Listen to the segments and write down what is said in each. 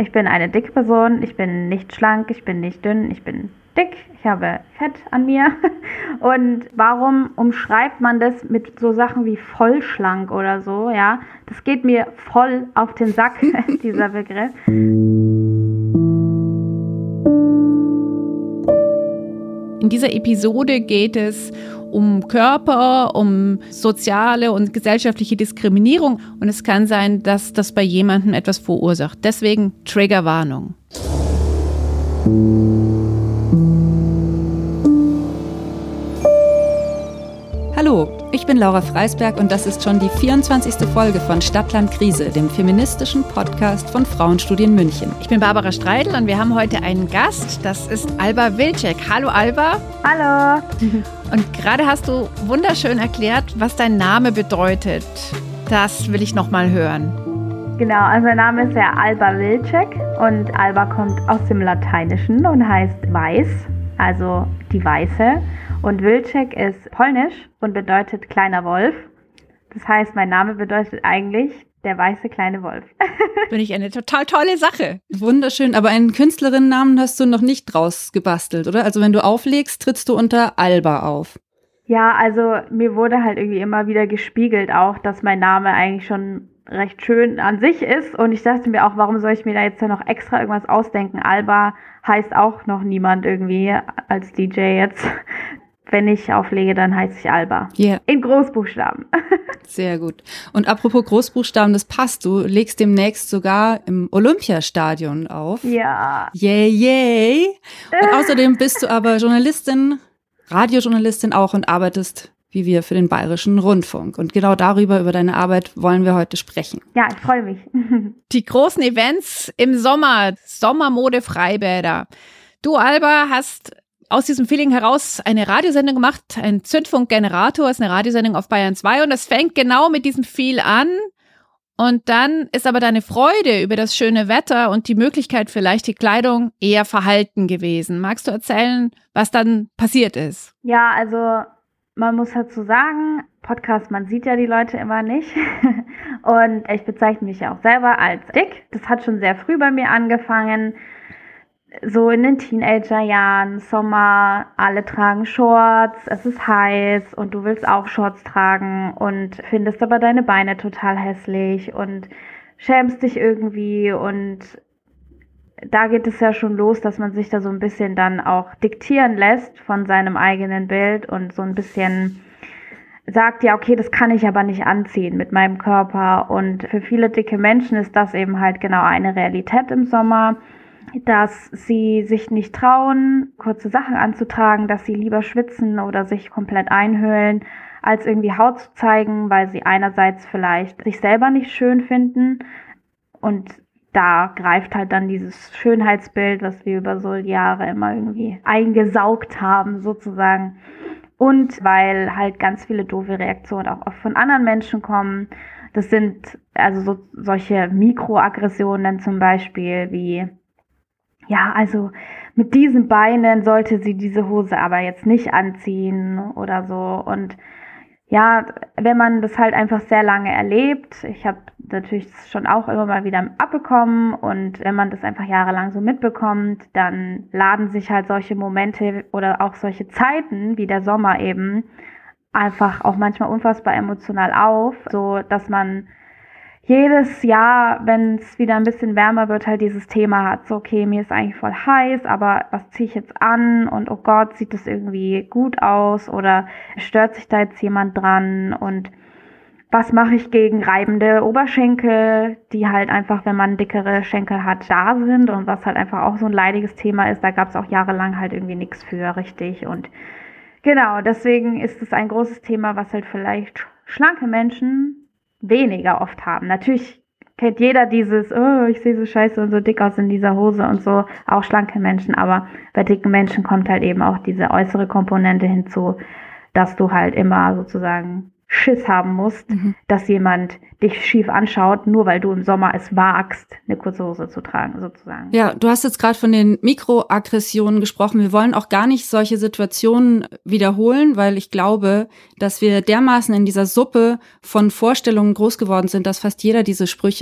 Ich bin eine dicke Person, ich bin nicht schlank, ich bin nicht dünn, ich bin dick, ich habe Fett an mir. Und warum umschreibt man das mit so Sachen wie vollschlank oder so, ja? Das geht mir voll auf den Sack, dieser Begriff. In dieser Episode geht es um Körper, um soziale und gesellschaftliche Diskriminierung. Und es kann sein, dass das bei jemandem etwas verursacht. Deswegen Triggerwarnung. Hallo, ich bin Laura Freisberg und das ist schon die 24. Folge von Stadtland Krise, dem feministischen Podcast von Frauenstudien München. Ich bin Barbara Streidel und wir haben heute einen Gast, das ist Alba Wilczek. Hallo Alba. Hallo. Und gerade hast du wunderschön erklärt, was dein Name bedeutet. Das will ich nochmal hören. Genau, also mein Name ist ja Alba Wilczek und Alba kommt aus dem Lateinischen und heißt weiß, also die Weiße. Und Wilczek ist polnisch und bedeutet kleiner Wolf. Das heißt, mein Name bedeutet eigentlich der weiße kleine Wolf. Finde ich eine total tolle Sache. Wunderschön, aber einen Künstlerinnennamen hast du noch nicht draus gebastelt, oder? Also wenn du auflegst, trittst du unter Alba auf. Ja, also mir wurde halt irgendwie immer wieder gespiegelt auch, dass mein Name eigentlich schon recht schön an sich ist. Und ich dachte mir auch, warum soll ich mir da jetzt noch extra irgendwas ausdenken? Alba heißt auch noch niemand irgendwie als DJ jetzt. Wenn ich auflege, dann heiße ich Alba. Yeah. In Großbuchstaben. Sehr gut. Und apropos Großbuchstaben, das passt. Du legst demnächst sogar im Olympiastadion auf. Ja. Yay, yay. Und außerdem bist du aber Journalistin, Radiojournalistin auch und arbeitest, wie wir, für den Bayerischen Rundfunk. Und genau darüber, über deine Arbeit, wollen wir heute sprechen. Ja, ich freue mich. Die großen Events im Sommer, Sommermode Freibäder. Du, Alba, hast aus diesem Feeling heraus eine Radiosendung gemacht, ein Zündfunkgenerator, ist eine Radiosendung auf Bayern 2 und das fängt genau mit diesem Feel an und dann ist aber deine Freude über das schöne Wetter und die Möglichkeit für leichte Kleidung eher verhalten gewesen. Magst du erzählen, was dann passiert ist? Ja, also man muss dazu sagen, Podcast, man sieht ja die Leute immer nicht und ich bezeichne mich ja auch selber als dick. Das hat schon sehr früh bei mir angefangen. So in den Teenagerjahren, Sommer, alle tragen Shorts, es ist heiß und du willst auch Shorts tragen und findest aber deine Beine total hässlich und schämst dich irgendwie und da geht es ja schon los, dass man sich da so ein bisschen dann auch diktieren lässt von seinem eigenen Bild und so ein bisschen sagt, ja okay, das kann ich aber nicht anziehen mit meinem Körper und für viele dicke Menschen ist das eben halt genau eine Realität im Sommer, dass sie sich nicht trauen, kurze Sachen anzutragen, dass sie lieber schwitzen oder sich komplett einhüllen, als irgendwie Haut zu zeigen, weil sie einerseits vielleicht sich selber nicht schön finden und da greift halt dann dieses Schönheitsbild, was wir über so Jahre immer irgendwie eingesaugt haben sozusagen und weil halt ganz viele doofe Reaktionen auch oft von anderen Menschen kommen. Das sind also solche Mikroaggressionen zum Beispiel wie ja, also mit diesen Beinen sollte sie diese Hose aber jetzt nicht anziehen oder so. Und ja, wenn man das halt einfach sehr lange erlebt, ich habe natürlich schon auch immer mal wieder abbekommen und wenn man das einfach jahrelang so mitbekommt, dann laden sich halt solche Momente oder auch solche Zeiten wie der Sommer eben einfach auch manchmal unfassbar emotional auf, so dass man jedes Jahr, wenn es wieder ein bisschen wärmer wird, halt dieses Thema hat, so okay, mir ist eigentlich voll heiß, aber was ziehe ich jetzt an und oh Gott, sieht das irgendwie gut aus oder stört sich da jetzt jemand dran und was mache ich gegen reibende Oberschenkel, die halt einfach, wenn man dickere Schenkel hat, da sind und was halt einfach auch so ein leidiges Thema ist, da gab es auch jahrelang halt irgendwie nichts für, richtig und genau, deswegen ist es ein großes Thema, was halt vielleicht schlanke Menschen weniger oft haben. Natürlich kennt jeder dieses, oh, ich sehe so scheiße und so dick aus in dieser Hose und so, auch schlanke Menschen, aber bei dicken Menschen kommt halt eben auch diese äußere Komponente hinzu, dass du halt immer sozusagen Schiss haben musst, dass jemand dich schief anschaut, nur weil du im Sommer es wagst, eine kurze Hose zu tragen, sozusagen. Ja, du hast jetzt gerade von den Mikroaggressionen gesprochen. Wir wollen auch gar nicht solche Situationen wiederholen, weil ich glaube, dass wir dermaßen in dieser Suppe von Vorstellungen groß geworden sind, dass fast jeder diese Sprüche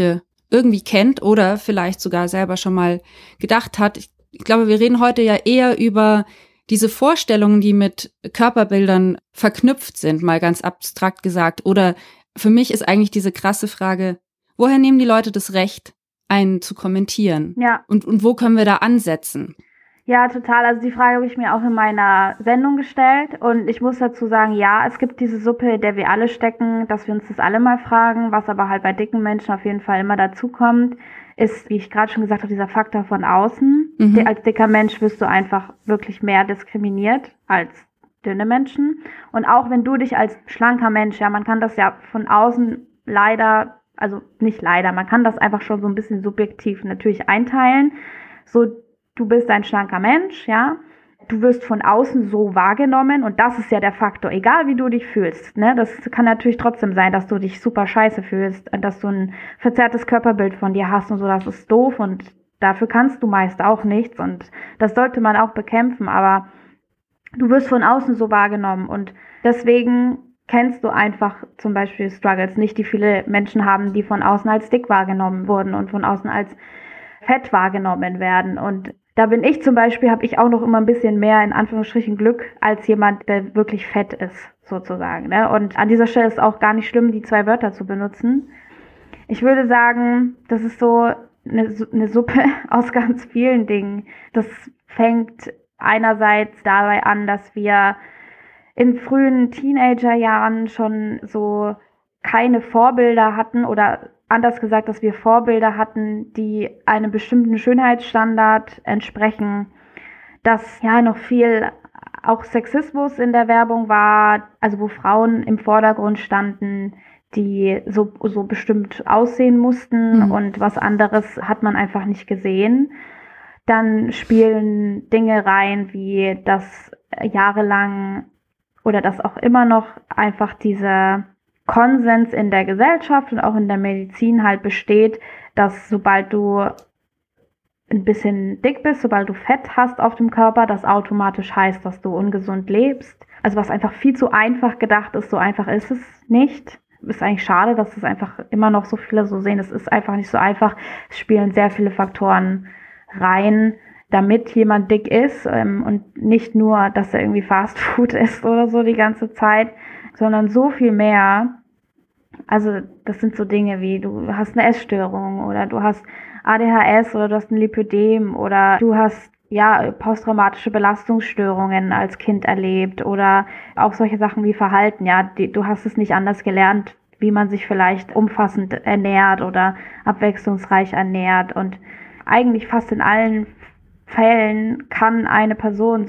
irgendwie kennt oder vielleicht sogar selber schon mal gedacht hat. Ich glaube, wir reden heute ja eher über diese Vorstellungen, die mit Körperbildern verknüpft sind, mal ganz abstrakt gesagt. Oder für mich ist eigentlich diese krasse Frage, woher nehmen die Leute das Recht, einen zu kommentieren? Ja. Und wo können wir da ansetzen? Ja, total. Also die Frage habe ich mir auch in meiner Sendung gestellt und ich muss dazu sagen, ja, es gibt diese Suppe, in der wir alle stecken, dass wir uns das alle mal fragen, was aber halt bei dicken Menschen auf jeden Fall immer dazukommt, ist, wie ich gerade schon gesagt habe, dieser Faktor von außen. Als dicker Mensch wirst du einfach wirklich mehr diskriminiert als dünne Menschen. Und auch wenn du dich als schlanker Mensch, ja, man kann das ja von außen leider, also nicht leider, man kann das einfach schon so ein bisschen subjektiv natürlich einteilen. So, du bist ein schlanker Mensch, ja. Du wirst von außen so wahrgenommen und das ist ja der Faktor, egal wie du dich fühlst, ne? Das kann natürlich trotzdem sein, dass du dich super scheiße fühlst, dass du ein verzerrtes Körperbild von dir hast und so, das ist doof und dafür kannst du meist auch nichts und das sollte man auch bekämpfen, aber du wirst von außen so wahrgenommen und deswegen kennst du einfach zum Beispiel Struggles nicht, die viele Menschen haben, die von außen als dick wahrgenommen wurden und von außen als fett wahrgenommen werden und da bin ich zum Beispiel, habe ich auch noch immer ein bisschen mehr in Anführungsstrichen Glück als jemand, der wirklich fett ist, sozusagen. Ne? Und an dieser Stelle ist es auch gar nicht schlimm, die 2 Wörter zu benutzen. Ich würde sagen, das ist so eine Suppe aus ganz vielen Dingen. Das fängt einerseits dabei an, dass wir in frühen Teenagerjahren schon so keine Vorbilder hatten oder anders gesagt, dass wir Vorbilder hatten, die einem bestimmten Schönheitsstandard entsprechen, dass ja noch viel auch Sexismus in der Werbung war, also wo Frauen im Vordergrund standen, die so bestimmt aussehen mussten und was anderes hat man einfach nicht gesehen. Dann spielen Dinge rein, wie das jahrelang oder das auch immer noch einfach dieser Konsens in der Gesellschaft und auch in der Medizin halt besteht, dass sobald du ein bisschen dick bist, sobald du Fett hast auf dem Körper, das automatisch heißt, dass du ungesund lebst. Also was einfach viel zu einfach gedacht ist, so einfach ist es nicht. Ist eigentlich schade, dass es einfach immer noch so viele so sehen. Es ist einfach nicht so einfach. Es spielen sehr viele Faktoren rein, damit jemand dick ist und nicht nur, dass er irgendwie Fast Food isst oder so die ganze Zeit, sondern so viel mehr. Also das sind so Dinge wie, du hast eine Essstörung oder du hast ADHS oder du hast ein Lipödem oder du hast ja posttraumatische Belastungsstörungen als Kind erlebt oder auch solche Sachen wie Verhalten, ja, du hast es nicht anders gelernt, wie man sich vielleicht umfassend ernährt oder abwechslungsreich ernährt und eigentlich fast in allen Fällen kann eine Person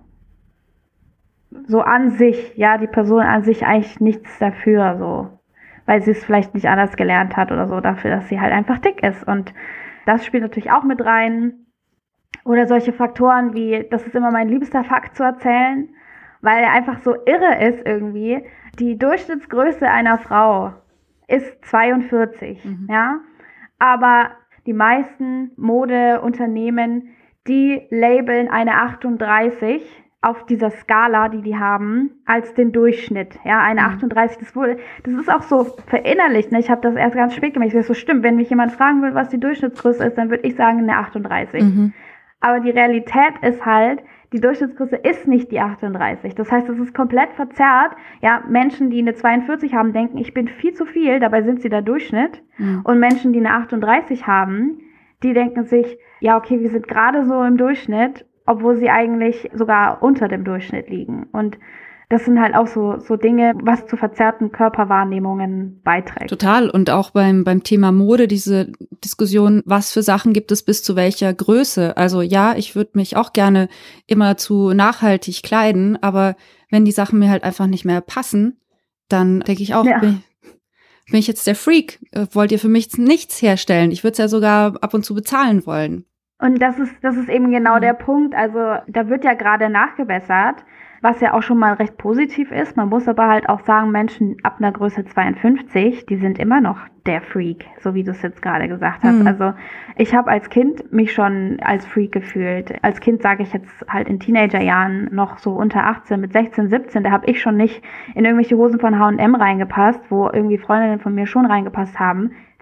so an sich, ja, die Person an sich eigentlich nichts dafür, so, weil sie es vielleicht nicht anders gelernt hat oder so, dafür, dass sie halt einfach dick ist. Und das spielt natürlich auch mit rein. Oder solche Faktoren wie, das ist immer mein liebster Fakt zu erzählen, weil er einfach so irre ist irgendwie. Die Durchschnittsgröße einer Frau ist 42, ja. Aber die meisten Modeunternehmen, die labeln eine 38 auf dieser Skala, die haben, als den Durchschnitt. Ja, eine 38, das ist auch so verinnerlicht. Ne? Ich habe das erst ganz spät gemerkt. Das ist so stimmt. Wenn mich jemand fragen will, was die Durchschnittsgröße ist, dann würde ich sagen eine 38. Aber die Realität ist halt, die Durchschnittsgröße ist nicht die 38. Das heißt, es ist komplett verzerrt. Ja, Menschen, die eine 42 haben, denken, ich bin viel zu viel, dabei sind sie der Durchschnitt. Und Menschen, die eine 38 haben, die denken sich, ja, okay, wir sind gerade so im Durchschnitt, obwohl sie eigentlich sogar unter dem Durchschnitt liegen. Und das sind halt auch so Dinge, was zu verzerrten Körperwahrnehmungen beiträgt. Total. Und auch beim Thema Mode, diese Diskussion, was für Sachen gibt es bis zu welcher Größe? Also ja, ich würde mich auch gerne immer zu nachhaltig kleiden, aber wenn die Sachen mir halt einfach nicht mehr passen, dann denke ich auch, bin ich jetzt der Freak? Wollt ihr für mich nichts herstellen? Ich würde es ja sogar ab und zu bezahlen wollen. Und das ist eben genau der Punkt. Also da wird ja gerade nachgebessert, was ja auch schon mal recht positiv ist. Man muss aber halt auch sagen, Menschen ab einer Größe 52, die sind immer noch der Freak, so wie du es jetzt gerade gesagt hast. Also ich habe als Kind mich schon als Freak gefühlt. Als Kind sage ich jetzt halt in Teenagerjahren noch so unter 18, mit 16, 17, da habe ich schon nicht in irgendwelche Hosen von H&M reingepasst, wo irgendwie Freundinnen von mir schon reingepasst haben.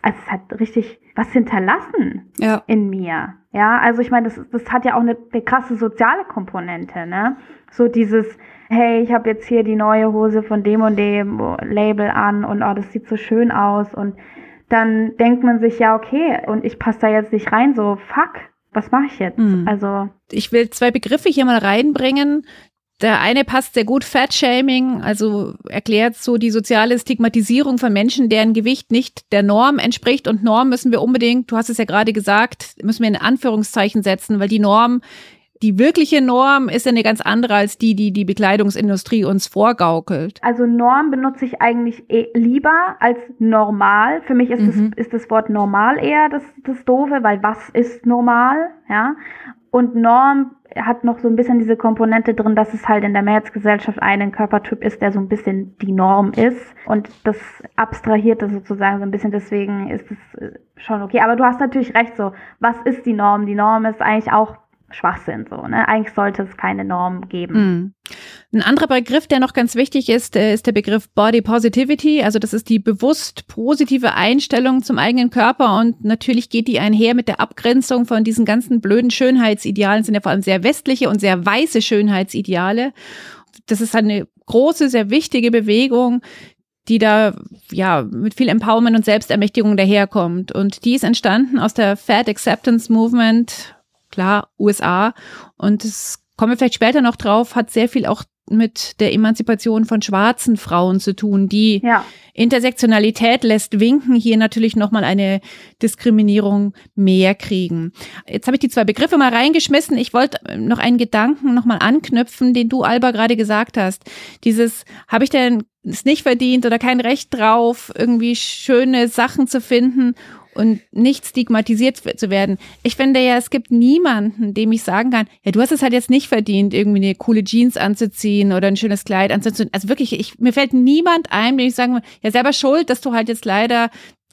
also es hat richtig was hinterlassen in mir. Ja, also ich meine, das hat ja auch eine krasse soziale Komponente, ne? So dieses, hey, ich habe jetzt hier die neue Hose von dem und dem Label an und oh, das sieht so schön aus und dann denkt man sich, ja, okay, und ich passe da jetzt nicht rein, so, fuck, was mache ich jetzt? Also ich will 2 Begriffe hier mal reinbringen. Der eine passt sehr gut, Fat-Shaming, also erklärt so die soziale Stigmatisierung von Menschen, deren Gewicht nicht der Norm entspricht. Und Norm müssen wir unbedingt, du hast es ja gerade gesagt, müssen wir in Anführungszeichen setzen, weil die Norm, die wirkliche Norm ist ja eine ganz andere als die Bekleidungsindustrie uns vorgaukelt. Also Norm benutze ich eigentlich lieber als normal. Für mich ist das Wort normal eher das Doofe, weil was ist normal, ja? Und Norm hat noch so ein bisschen diese Komponente drin, dass es halt in der Mehrheitsgesellschaft einen Körpertyp ist, der so ein bisschen die Norm ist. Und das abstrahiert das sozusagen so ein bisschen, deswegen ist es schon okay. Aber du hast natürlich recht, so, was ist die Norm? Die Norm ist eigentlich auch Schwachsinn, so, ne? Eigentlich sollte es keine Norm geben. Ein anderer Begriff, der noch ganz wichtig ist der Begriff Body Positivity. Also das ist die bewusst positive Einstellung zum eigenen Körper und natürlich geht die einher mit der Abgrenzung von diesen ganzen blöden Schönheitsidealen, sind ja vor allem sehr westliche und sehr weiße Schönheitsideale. Das ist eine große, sehr wichtige Bewegung, die da ja mit viel Empowerment und Selbstermächtigung daherkommt. Und die ist entstanden aus der Fat Acceptance Movement, klar, USA. Und es kommen wir vielleicht später noch drauf, hat sehr viel auch mit der Emanzipation von schwarzen Frauen zu tun. Die Intersektionalität lässt winken, hier natürlich nochmal eine Diskriminierung mehr kriegen. Jetzt habe ich die 2 Begriffe mal reingeschmissen. Ich wollte noch einen Gedanken nochmal anknüpfen, den du, Alba, gerade gesagt hast. Dieses, habe ich denn es nicht verdient oder kein Recht drauf, irgendwie schöne Sachen zu finden und nicht stigmatisiert zu werden. Ich finde ja, es gibt niemanden, dem ich sagen kann, ja, du hast es halt jetzt nicht verdient, irgendwie eine coole Jeans anzuziehen oder ein schönes Kleid anzuziehen. Also wirklich, mir fällt niemand ein, dem ich sagen will, ja, selber schuld, dass du halt jetzt leider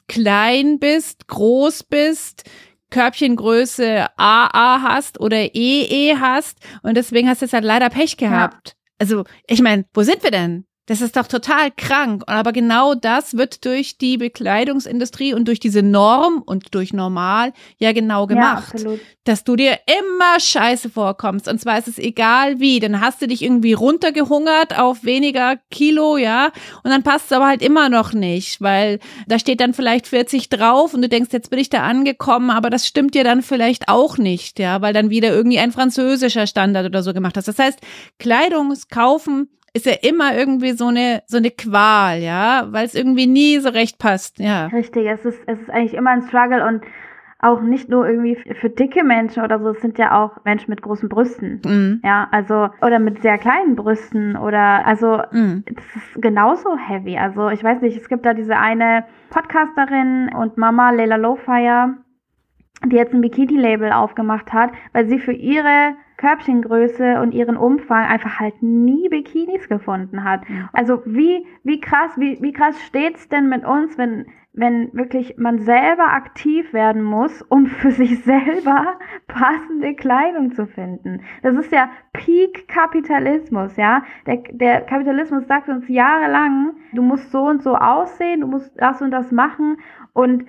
klein bist, groß bist, Körbchengröße AA hast oder EE hast und deswegen hast du jetzt halt leider Pech gehabt. Ja. Also, ich meine, wo sind wir denn? Das ist doch total krank. Aber genau das wird durch die Bekleidungsindustrie und durch diese Norm und durch normal ja genau gemacht. Ja, dass du dir immer scheiße vorkommst. Und zwar ist es egal wie. Dann hast du dich irgendwie runtergehungert auf weniger Kilo, ja. Und dann passt es aber halt immer noch nicht, weil da steht dann vielleicht 40 drauf und du denkst, jetzt bin ich da angekommen, aber das stimmt dir dann vielleicht auch nicht, ja, weil dann wieder irgendwie ein französischer Standard oder so gemacht hast. Das heißt, Kleidungskaufen ist ja immer irgendwie so eine Qual, ja, weil es irgendwie nie so recht passt, ja. Richtig, es ist eigentlich immer ein Struggle und auch nicht nur irgendwie für dicke Menschen oder so, es sind ja auch Menschen mit großen Brüsten, ja, also, oder mit sehr kleinen Brüsten oder, also, das ist genauso heavy, also, ich weiß nicht, es gibt da diese eine Podcasterin und Mama, Leila Lowfire, die jetzt ein Bikini-Label aufgemacht hat, weil sie für ihre Körbchengröße und ihren Umfang einfach halt nie Bikinis gefunden hat. Also wie krass steht's denn mit uns, wenn wirklich man selber aktiv werden muss, um für sich selber passende Kleidung zu finden. Das ist ja Peak-Kapitalismus, ja. Der Kapitalismus sagt uns jahrelang, du musst so und so aussehen, du musst das und das machen und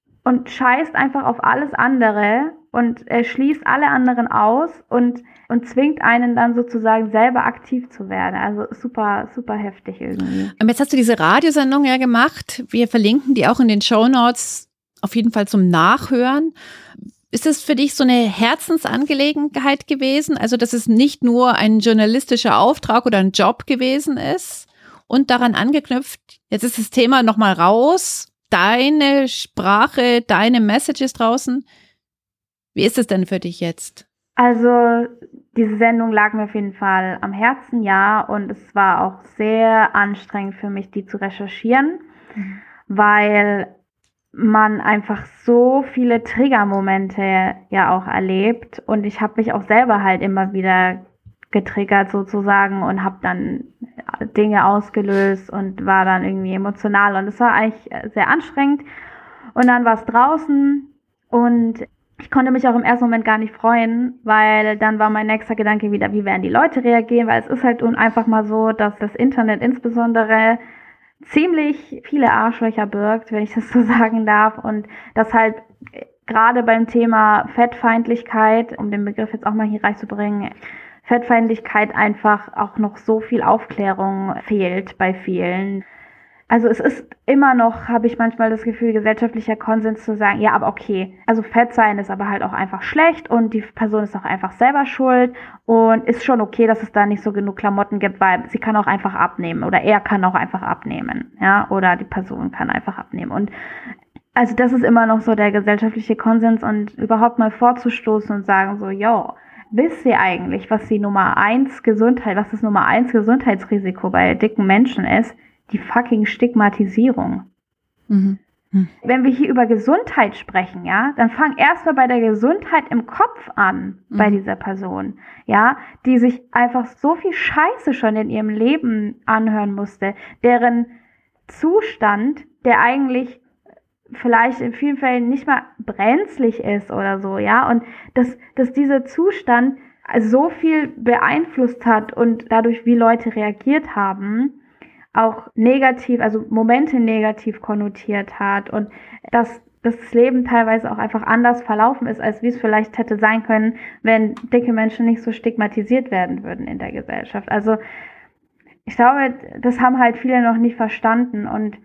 scheißt einfach auf alles andere und schließt alle anderen aus und zwingt einen dann sozusagen selber aktiv zu werden. Also super, super heftig irgendwie. Jetzt hast du diese Radiosendung ja gemacht. Wir verlinken die auch in den Shownotes auf jeden Fall zum Nachhören. Ist es für dich so eine Herzensangelegenheit gewesen? Also, dass es nicht nur ein journalistischer Auftrag oder ein Job gewesen ist und daran angeknüpft, jetzt ist das Thema nochmal raus, deine Sprache, deine Messages draußen. Wie ist es denn für dich jetzt? Also diese Sendung lag mir auf jeden Fall am Herzen, ja, und es war auch sehr anstrengend für mich, die zu recherchieren, weil man einfach so viele Triggermomente ja auch erlebt und ich habe mich auch selber halt immer wieder getriggert sozusagen und habe dann Dinge ausgelöst und war dann irgendwie emotional und es war eigentlich sehr anstrengend und dann war es draußen und ich konnte mich auch im ersten Moment gar nicht freuen, weil dann war mein nächster Gedanke wieder, wie werden die Leute reagieren, weil es ist halt einfach mal so, dass das Internet insbesondere ziemlich viele Arschlöcher birgt, wenn ich das so sagen darf. Und das halt gerade beim Thema Fettfeindlichkeit, um den Begriff jetzt auch mal hier reinzubringen, Fettfeindlichkeit einfach auch noch so viel Aufklärung fehlt bei vielen. Also es ist immer noch, habe ich manchmal das Gefühl, gesellschaftlicher Konsens zu sagen, ja, aber okay, also Fett sein ist aber halt auch einfach schlecht und die Person ist auch einfach selber schuld und ist schon okay, dass es da nicht so genug Klamotten gibt, weil sie kann auch einfach abnehmen oder er kann auch einfach abnehmen, ja, oder die Person kann einfach abnehmen. Und also das ist immer noch so der gesellschaftliche Konsens und überhaupt mal vorzustoßen und sagen so, yo, wisst ihr eigentlich, was das Nummer 1 Gesundheitsrisiko bei dicken Menschen ist? Die fucking Stigmatisierung. Mhm. Wenn wir hier über Gesundheit sprechen, ja, dann fang erstmal bei der Gesundheit im Kopf an, bei dieser Person, ja, die sich einfach so viel Scheiße schon in ihrem Leben anhören musste, deren Zustand, der eigentlich vielleicht in vielen Fällen nicht mal brenzlig ist oder so, ja, und dass dieser Zustand so viel beeinflusst hat und dadurch, wie Leute reagiert haben, auch negativ, also Momente negativ konnotiert hat und dass das Leben teilweise auch einfach anders verlaufen ist, als wie es vielleicht hätte sein können, wenn dicke Menschen nicht so stigmatisiert werden würden in der Gesellschaft. Also ich glaube, das haben halt viele noch nicht verstanden und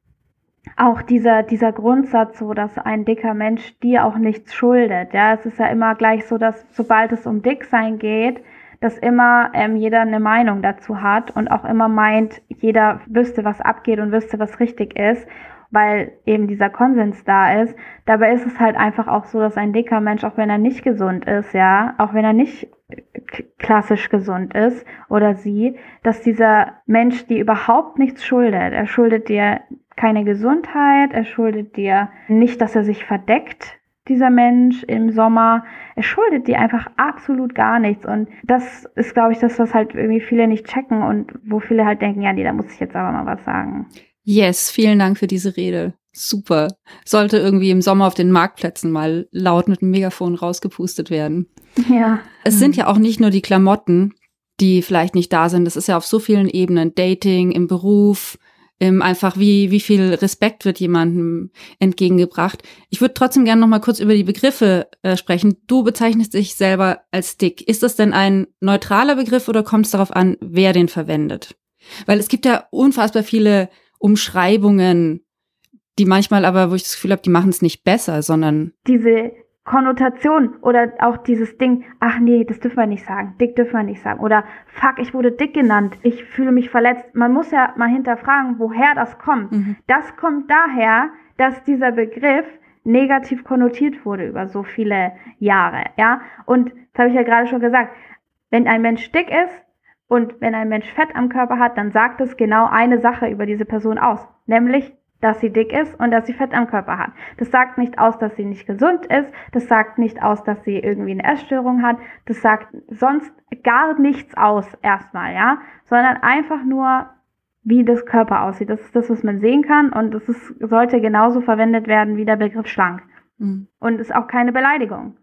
auch dieser Grundsatz so, dass ein dicker Mensch dir auch nichts schuldet. Ja, es ist ja immer gleich so, dass sobald es um Dicksein geht, dass immer jeder eine Meinung dazu hat und auch immer meint, jeder wüsste, was abgeht und wüsste, was richtig ist, weil eben dieser Konsens da ist. Dabei ist es halt einfach auch so, dass ein dicker Mensch, auch wenn er nicht gesund ist, ja, auch wenn er nicht klassisch gesund ist oder sie, dass dieser Mensch dir überhaupt nichts schuldet. Er schuldet dir keine Gesundheit, er schuldet dir nicht, dass er sich verdeckt, dieser Mensch im Sommer, er schuldet dir einfach absolut gar nichts und das ist, glaube ich, das, was halt irgendwie viele nicht checken und wo viele halt denken, ja, nee, da muss ich jetzt aber mal was sagen. Yes, vielen Dank für diese Rede. Super. Sollte irgendwie im Sommer auf den Marktplätzen mal laut mit dem Megafon rausgepustet werden. Ja. Es sind ja auch nicht nur die Klamotten, die vielleicht nicht da sind. Das ist ja auf so vielen Ebenen. Dating, im Beruf, einfach wie viel Respekt wird jemandem entgegengebracht. Ich würde trotzdem gerne noch mal kurz über die Begriffe sprechen. Du bezeichnest dich selber als dick. Ist das denn ein neutraler Begriff oder kommt es darauf an, wer den verwendet? Weil es gibt ja unfassbar viele Umschreibungen, die manchmal aber, wo ich das Gefühl habe, die machen es nicht besser, sondern diese Konnotation oder auch dieses Ding, ach nee, das dürfen wir nicht sagen, dick dürfen wir nicht sagen oder fuck, ich wurde dick genannt, ich fühle mich verletzt. Man muss ja mal hinterfragen, woher das kommt. Das kommt daher, dass dieser Begriff negativ konnotiert wurde über so viele Jahre, ja. Und das habe ich ja gerade schon gesagt, wenn ein Mensch dick ist und wenn ein Mensch Fett am Körper hat, dann sagt es genau eine Sache über diese Person aus, nämlich dass sie dick ist und dass sie Fett am Körper hat. Das sagt nicht aus, dass sie nicht gesund ist. Das sagt nicht aus, dass sie irgendwie eine Essstörung hat. Das sagt sonst gar nichts aus erstmal, ja, sondern einfach nur, wie das Körper aussieht. Das ist das, was man sehen kann und das sollte genauso verwendet werden wie der Begriff schlank. Und ist auch keine Beleidigung.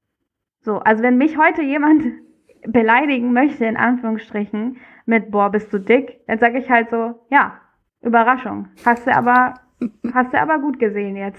So, also wenn mich heute jemand beleidigen möchte, in Anführungsstrichen, mit boah, bist du dick, dann sage ich halt so, ja, Überraschung. Hast du aber gut gesehen jetzt.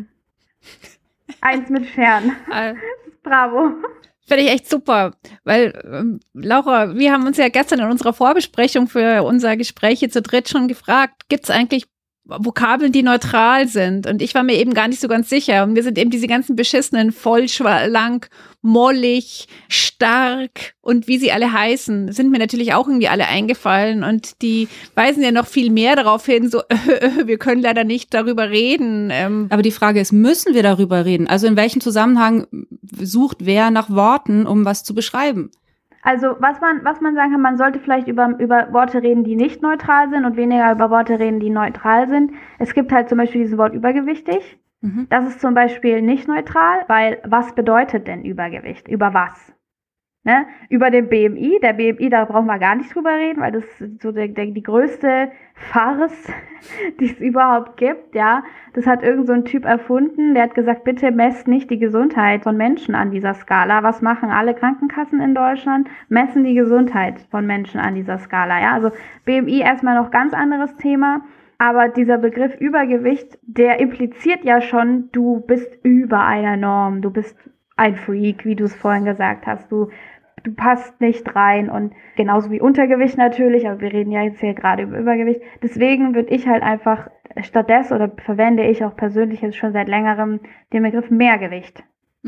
1 mit Stern. Bravo. Finde ich echt super, weil Laura, wir haben uns ja gestern in unserer Vorbesprechung für unser Gespräch hier zu dritt schon gefragt, gibt es eigentlich Vokabeln, die neutral sind? Und ich war mir eben gar nicht so ganz sicher. Und mir sind eben diese ganzen beschissenen vollschlank, mollig, stark und wie sie alle heißen, sind mir natürlich auch irgendwie alle eingefallen. Und die weisen ja noch viel mehr darauf hin, so, wir können leider nicht darüber reden. Aber die Frage ist, müssen wir darüber reden? Also in welchem Zusammenhang sucht wer nach Worten, um was zu beschreiben? Also was man sagen kann, man sollte vielleicht über Worte reden, die nicht neutral sind und weniger über Worte reden, die neutral sind. Es gibt halt zum Beispiel dieses Wort übergewichtig. Das ist zum Beispiel nicht neutral, weil was bedeutet denn Übergewicht? Über was? Ne? Über den BMI. Der BMI, da brauchen wir gar nicht drüber reden, weil das ist so die größte Farce, die es überhaupt gibt. Ja, das hat irgend so ein Typ erfunden, der hat gesagt, bitte messt nicht die Gesundheit von Menschen an dieser Skala. Was machen alle Krankenkassen in Deutschland? Messen die Gesundheit von Menschen an dieser Skala. Ja, also BMI erstmal noch ganz anderes Thema. Aber dieser Begriff Übergewicht, der impliziert ja schon, du bist über einer Norm, du bist ein Freak, wie du es vorhin gesagt hast, du passt nicht rein und genauso wie Untergewicht natürlich, aber wir reden ja jetzt hier gerade über Übergewicht. Deswegen würde ich halt einfach stattdessen oder verwende ich auch persönlich jetzt schon seit längerem den Begriff Mehrgewicht.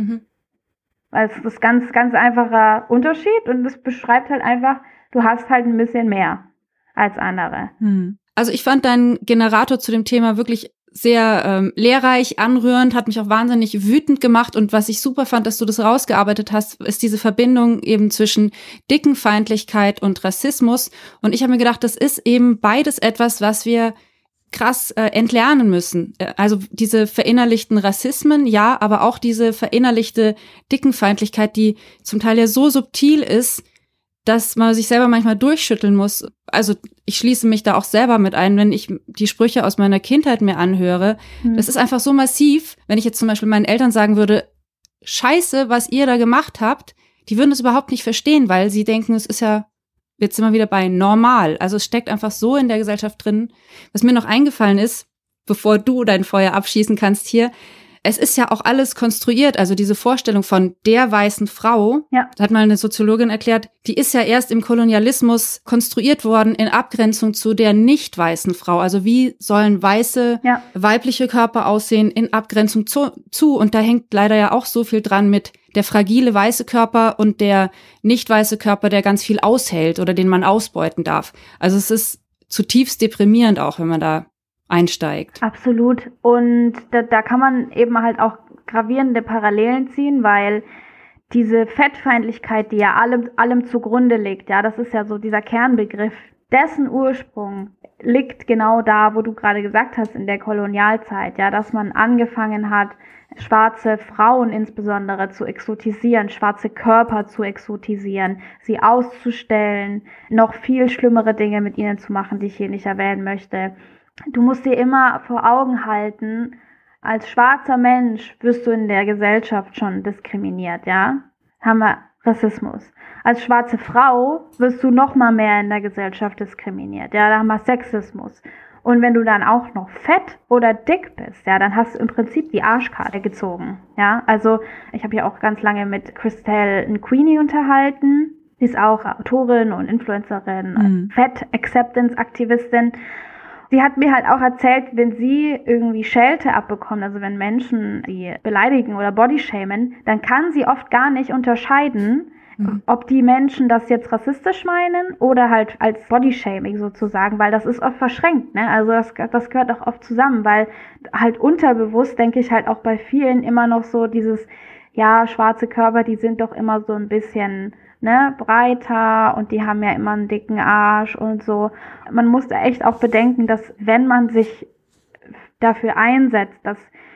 Weil es ist ganz, ganz einfacher Unterschied und es beschreibt halt einfach, du hast halt ein bisschen mehr als andere. Also ich fand deinen Generator zu dem Thema wirklich sehr lehrreich, anrührend, hat mich auch wahnsinnig wütend gemacht und was ich super fand, dass du das rausgearbeitet hast, ist diese Verbindung eben zwischen Dickenfeindlichkeit und Rassismus und ich habe mir gedacht, das ist eben beides etwas, was wir krass entlernen müssen. Also diese verinnerlichten Rassismen, ja, aber auch diese verinnerlichte Dickenfeindlichkeit, die zum Teil ja so subtil ist, dass man sich selber manchmal durchschütteln muss. Also ich schließe mich da auch selber mit ein, wenn ich die Sprüche aus meiner Kindheit mir anhöre. Das ist einfach so massiv, wenn ich jetzt zum Beispiel meinen Eltern sagen würde, Scheiße, was ihr da gemacht habt, die würden es überhaupt nicht verstehen, weil sie denken, es ist ja, jetzt sind wir wieder bei normal. Also es steckt einfach so in der Gesellschaft drin. Was mir noch eingefallen ist, bevor du dein Feuer abschießen kannst hier, es ist ja auch alles konstruiert, also diese Vorstellung von der weißen Frau, das hat mal eine Soziologin erklärt, die ist ja erst im Kolonialismus konstruiert worden in Abgrenzung zu der nicht weißen Frau. Also wie sollen weiße, weibliche Körper aussehen in Abgrenzung zu? Und da hängt leider ja auch so viel dran mit der fragile weiße Körper und der nicht weiße Körper, der ganz viel aushält oder den man ausbeuten darf. Also es ist zutiefst deprimierend auch, wenn man da einsteigt. Absolut. Und da kann man eben halt auch gravierende Parallelen ziehen, weil diese Fettfeindlichkeit, die ja allem zugrunde liegt, ja, das ist ja so dieser Kernbegriff, dessen Ursprung liegt genau da, wo du gerade gesagt hast, in der Kolonialzeit, ja, dass man angefangen hat, schwarze Frauen insbesondere zu exotisieren, schwarze Körper zu exotisieren, sie auszustellen, noch viel schlimmere Dinge mit ihnen zu machen, die ich hier nicht erwähnen möchte. Du musst dir immer vor Augen halten, als schwarzer Mensch wirst du in der Gesellschaft schon diskriminiert, ja? Haben wir Rassismus. Als schwarze Frau wirst du noch mal mehr in der Gesellschaft diskriminiert, ja? Da haben wir Sexismus. Und wenn du dann auch noch fett oder dick bist, ja, dann hast du im Prinzip die Arschkarte gezogen, ja? Also ich habe ja auch ganz lange mit Christelle Nquini unterhalten. Sie ist auch Autorin und Influencerin, Fett-Acceptance-Aktivistin. Sie hat mir halt auch erzählt, wenn sie irgendwie Schelte abbekommt, also wenn Menschen sie beleidigen oder bodyshamen, dann kann sie oft gar nicht unterscheiden, ob die Menschen das jetzt rassistisch meinen oder halt als Bodyshaming sozusagen, weil das ist oft verschränkt, ne? Also das gehört auch oft zusammen, weil halt unterbewusst, denke ich halt auch bei vielen immer noch so dieses, ja, schwarze Körper, die sind doch immer so ein bisschen, ne, breiter und die haben ja immer einen dicken Arsch und so. Man muss da echt auch bedenken, dass wenn man sich dafür einsetzt, dass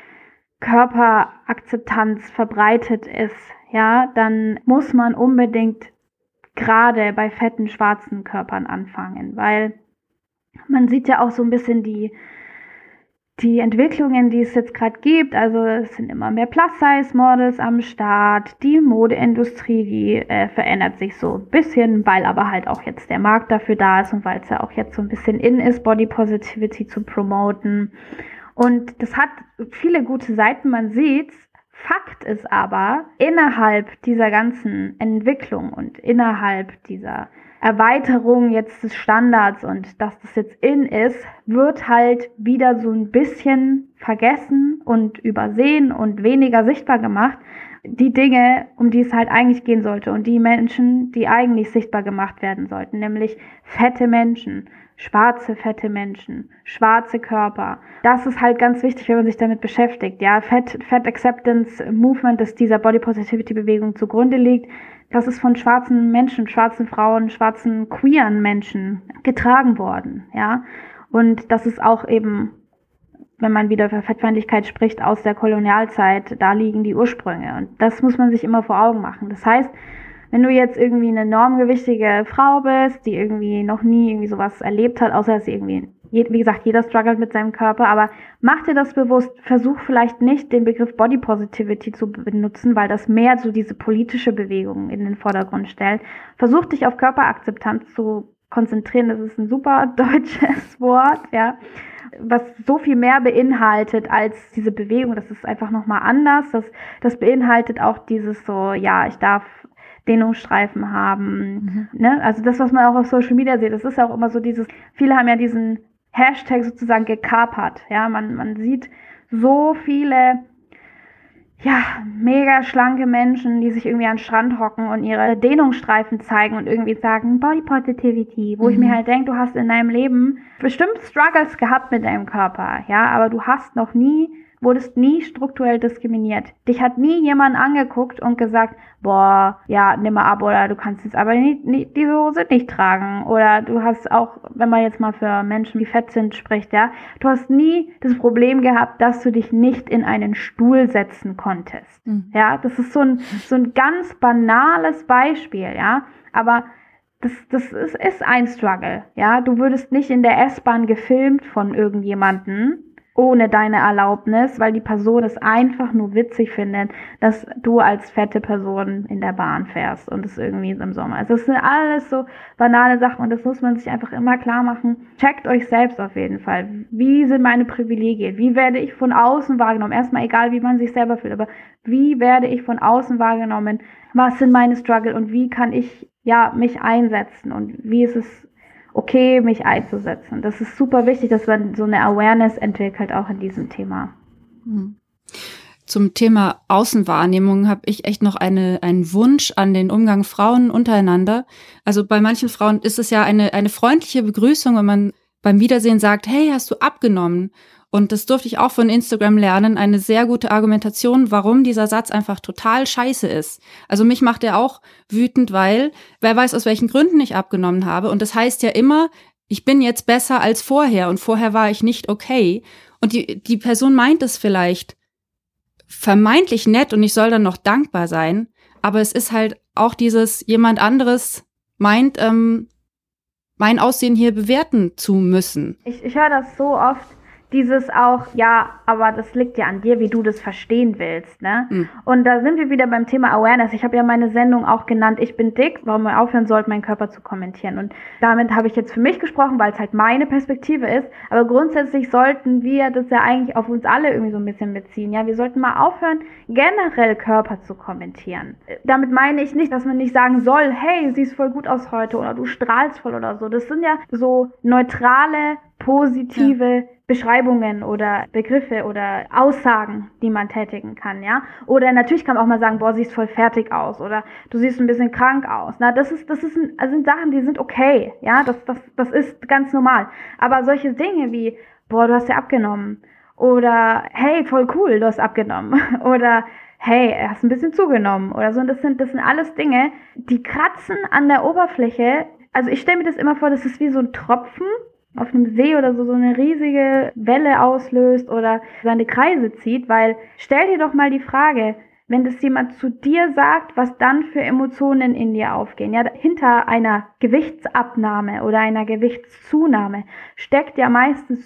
Körperakzeptanz verbreitet ist, ja, dann muss man unbedingt gerade bei fetten, schwarzen Körpern anfangen, weil man sieht ja auch so ein bisschen die Entwicklungen, die es jetzt gerade gibt, also es sind immer mehr Plus-Size-Models am Start, die Modeindustrie, die verändert sich so ein bisschen, weil aber halt auch jetzt der Markt dafür da ist und weil es ja auch jetzt so ein bisschen in ist, Body Positivity zu promoten. Und das hat viele gute Seiten, man sieht's. Fakt ist aber, innerhalb dieser ganzen Entwicklung und innerhalb dieser Erweiterung jetzt des Standards und dass das jetzt in ist, wird halt wieder so ein bisschen vergessen und übersehen und weniger sichtbar gemacht. Die Dinge, um die es halt eigentlich gehen sollte und die Menschen, die eigentlich sichtbar gemacht werden sollten, nämlich fette Menschen, schwarze fette Menschen, schwarze Körper. Das ist halt ganz wichtig, wenn man sich damit beschäftigt. Ja, Fat Acceptance Movement, das dieser Body Positivity Bewegung zugrunde liegt, das ist von schwarzen Menschen, schwarzen Frauen, schwarzen queeren Menschen getragen worden, ja. Und das ist auch eben, wenn man wieder über Fettfeindlichkeit spricht, aus der Kolonialzeit, da liegen die Ursprünge. Und das muss man sich immer vor Augen machen. Das heißt, wenn du jetzt irgendwie eine normgewichtige Frau bist, die irgendwie noch nie irgendwie sowas erlebt hat, außer dass sie irgendwie, wie gesagt, jeder struggelt mit seinem Körper, aber mach dir das bewusst, versuch vielleicht nicht den Begriff Body Positivity zu benutzen, weil das mehr so diese politische Bewegung in den Vordergrund stellt. Versuch dich auf Körperakzeptanz zu konzentrieren, das ist ein super deutsches Wort, ja. was so viel mehr beinhaltet als diese Bewegung. Das ist einfach nochmal anders. Das beinhaltet auch dieses so, ja, ich darf Dehnungsstreifen haben. Ne? Also das, was man auch auf Social Media sieht, das ist auch immer so dieses, viele haben ja diesen Hashtag sozusagen gekapert. Ja, man sieht so viele mega schlanke Menschen, die sich irgendwie an den Strand hocken und ihre Dehnungsstreifen zeigen und irgendwie sagen, Body Positivity, wo ich mir halt denke, du hast in deinem Leben bestimmt Struggles gehabt mit deinem Körper, ja, aber du wurdest nie strukturell diskriminiert. Dich hat nie jemand angeguckt und gesagt, boah, ja, nimm mal ab oder du kannst jetzt aber diese Hose nicht tragen. Oder du hast auch, wenn man jetzt mal für Menschen, die fett sind, spricht, ja, du hast nie das Problem gehabt, dass du dich nicht in einen Stuhl setzen konntest. Ja, das ist so ein ganz banales Beispiel, ja, aber das ist ein Struggle, ja. Du würdest nicht in der S-Bahn gefilmt von irgendjemanden ohne deine Erlaubnis, weil die Person es einfach nur witzig findet, dass du als fette Person in der Bahn fährst und es irgendwie im Sommer ist. Das sind alles so banale Sachen und das muss man sich einfach immer klar machen. Checkt euch selbst auf jeden Fall. Wie sind meine Privilegien? Wie werde ich von außen wahrgenommen? Erstmal egal, wie man sich selber fühlt, aber wie werde ich von außen wahrgenommen? Was sind meine Struggle und wie kann ich mich einsetzen und wie ist es okay, mich einzusetzen. Das ist super wichtig, dass man so eine Awareness entwickelt, auch in diesem Thema. Zum Thema Außenwahrnehmung habe ich echt noch einen Wunsch an den Umgang Frauen untereinander. Also bei manchen Frauen ist es ja eine freundliche Begrüßung, wenn man beim Wiedersehen sagt, hey, hast du abgenommen? Und das durfte ich auch von Instagram lernen, eine sehr gute Argumentation, warum dieser Satz einfach total scheiße ist. Also mich macht er auch wütend, weil wer weiß, aus welchen Gründen ich abgenommen habe. Und das heißt ja immer, ich bin jetzt besser als vorher und vorher war ich nicht okay. Und die Person meint es vielleicht vermeintlich nett und ich soll dann noch dankbar sein. Aber es ist halt auch dieses, jemand anderes meint, mein Aussehen hier bewerten zu müssen. Ich höre das so oft. Dieses auch, ja, aber das liegt ja an dir, wie du das verstehen willst, ne? Und da sind wir wieder beim Thema Awareness. Ich habe ja meine Sendung auch genannt, ich bin dick, warum wir aufhören sollten, meinen Körper zu kommentieren. Und damit habe ich jetzt für mich gesprochen, weil es halt meine Perspektive ist. Aber grundsätzlich sollten wir das ja eigentlich auf uns alle irgendwie so ein bisschen beziehen. Ja, wir sollten mal aufhören, generell Körper zu kommentieren. Damit meine ich nicht, dass man nicht sagen soll, hey, siehst voll gut aus heute oder du strahlst voll oder so. Das sind ja so neutrale, positive Beschreibungen oder Begriffe oder Aussagen, die man tätigen kann, ja. Oder natürlich kann man auch mal sagen, boah, siehst voll fertig aus oder du siehst ein bisschen krank aus. Na, das sind Sachen, die sind okay, ja. Das ist ganz normal. Aber solche Dinge wie, boah, du hast ja abgenommen oder hey, voll cool, du hast abgenommen oder hey, hast ein bisschen zugenommen oder so. Das sind alles Dinge, die kratzen an der Oberfläche. Also ich stelle mir das immer vor, das ist wie so ein Tropfen auf einem See oder so eine riesige Welle auslöst oder seine Kreise zieht, weil stell dir doch mal die Frage, wenn das jemand zu dir sagt, was dann für Emotionen in dir aufgehen. Ja, hinter einer Gewichtsabnahme oder einer Gewichtszunahme steckt ja meistens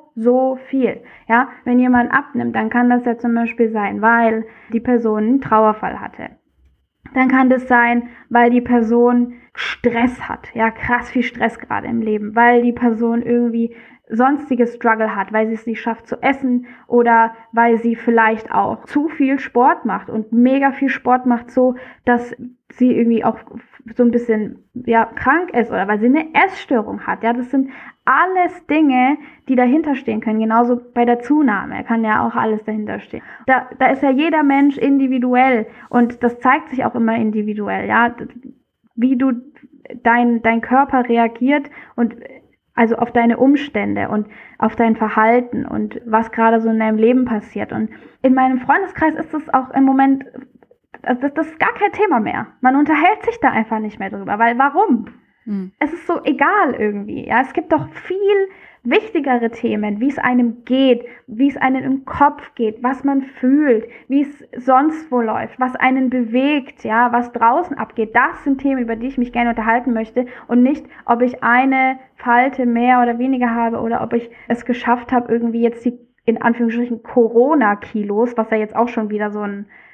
so viel. Ja, wenn jemand abnimmt, dann kann das ja zum Beispiel sein, weil die Person einen Trauerfall hatte. Dann kann das sein, weil die Person Stress hat, ja, krass viel Stress gerade im Leben, weil die Person irgendwie sonstige Struggle hat, weil sie es nicht schafft zu essen oder weil sie vielleicht auch zu viel Sport macht und mega viel Sport macht, so dass sie irgendwie auch so ein bisschen krank ist oder weil sie eine Essstörung hat. Ja, das sind alles Dinge, die dahinter stehen können. Genauso bei der Zunahme kann ja auch alles dahinter stehen. Da ist ja jeder Mensch individuell und das zeigt sich auch immer individuell. Ja, wie du dein Körper reagiert und also auf deine Umstände und auf dein Verhalten und was gerade so in deinem Leben passiert. Und in meinem Freundeskreis ist das auch im Moment, das ist gar kein Thema mehr. Man unterhält sich da einfach nicht mehr drüber, weil warum? Es ist so egal irgendwie. Ja, es gibt doch viel wichtigere Themen, wie es einem geht, wie es einem im Kopf geht, was man fühlt, wie es sonst wo läuft, was einen bewegt, ja, was draußen abgeht. Das sind Themen, über die ich mich gerne unterhalten möchte und nicht, ob ich eine Falte mehr oder weniger habe oder ob ich es geschafft habe, irgendwie jetzt die, in Anführungsstrichen, Corona-Kilos, was ja jetzt auch schon wieder so ein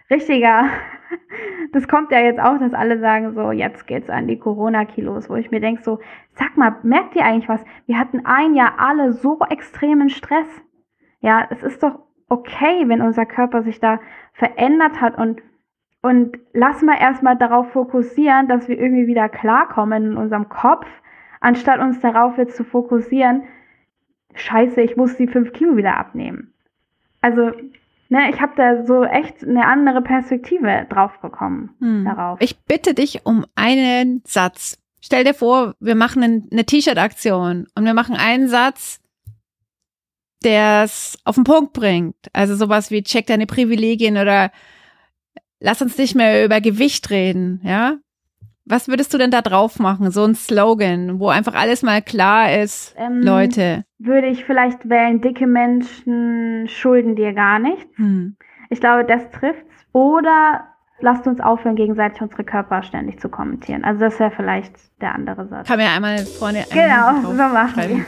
richtiger, das kommt ja jetzt auch, dass alle sagen so, jetzt geht's an die Corona-Kilos, wo ich mir denke so, sag mal, merkt ihr eigentlich was? Wir hatten ein Jahr alle so extremen Stress. Ja, es ist doch okay, wenn unser Körper sich da verändert hat und lass mal erstmal darauf fokussieren, dass wir irgendwie wieder klarkommen in unserem Kopf, anstatt uns darauf jetzt zu fokussieren, scheiße, ich muss die 5 Kilo wieder abnehmen. Also, ich habe da so echt eine andere Perspektive drauf bekommen darauf. Ich bitte dich um einen Satz. Stell dir vor, wir machen eine T-Shirt-Aktion und wir machen einen Satz, der es auf den Punkt bringt. Also sowas wie check deine Privilegien oder lass uns nicht mehr über Gewicht reden, ja? Was würdest du denn da drauf machen? So ein Slogan, wo einfach alles mal klar ist, Leute. Würde ich vielleicht wählen, dicke Menschen schulden dir gar nichts. Ich glaube, das trifft's. Oder lasst uns aufhören, gegenseitig unsere Körper ständig zu kommentieren. Also das wäre vielleicht der andere Satz. Kann mir einmal vorne genau, so machen wir.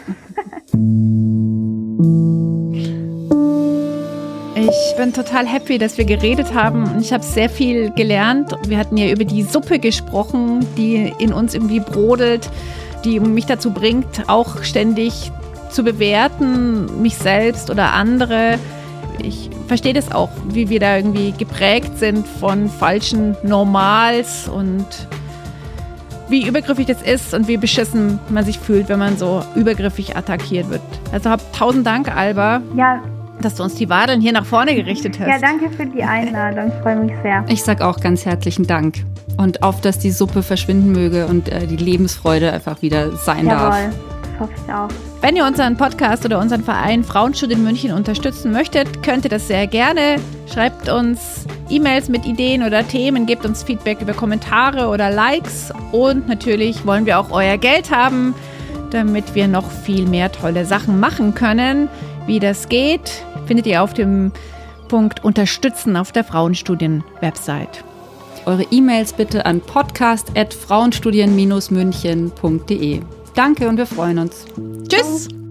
Ich bin total happy, dass wir geredet haben und ich habe sehr viel gelernt. Wir hatten ja über die Suppe gesprochen, die in uns irgendwie brodelt, die mich dazu bringt, auch ständig zu bewerten, mich selbst oder andere. Ich verstehe das auch, wie wir da irgendwie geprägt sind von falschen Normals und wie übergriffig das ist und wie beschissen man sich fühlt, wenn man so übergriffig attackiert wird. Also 1000 Dank, Alba. Ja. Dass du uns die Wadeln hier nach vorne gerichtet hast. Ja, danke für die Einladung. Ich freue mich sehr. Ich sag auch ganz herzlichen Dank. Und auf, dass die Suppe verschwinden möge und die Lebensfreude einfach wieder sein darf. Jawohl, das hoffe ich auch. Wenn ihr unseren Podcast oder unseren Verein Frauenstudien München unterstützen möchtet, könnt ihr das sehr gerne. Schreibt uns E-Mails mit Ideen oder Themen, gebt uns Feedback über Kommentare oder Likes. Und natürlich wollen wir auch euer Geld haben, damit wir noch viel mehr tolle Sachen machen können. Wie das geht, findet ihr auf dem Punkt Unterstützen auf der Frauenstudien-Website. Eure E-Mails bitte an podcast@frauenstudien-münchen.de. Danke und wir freuen uns. Tschüss!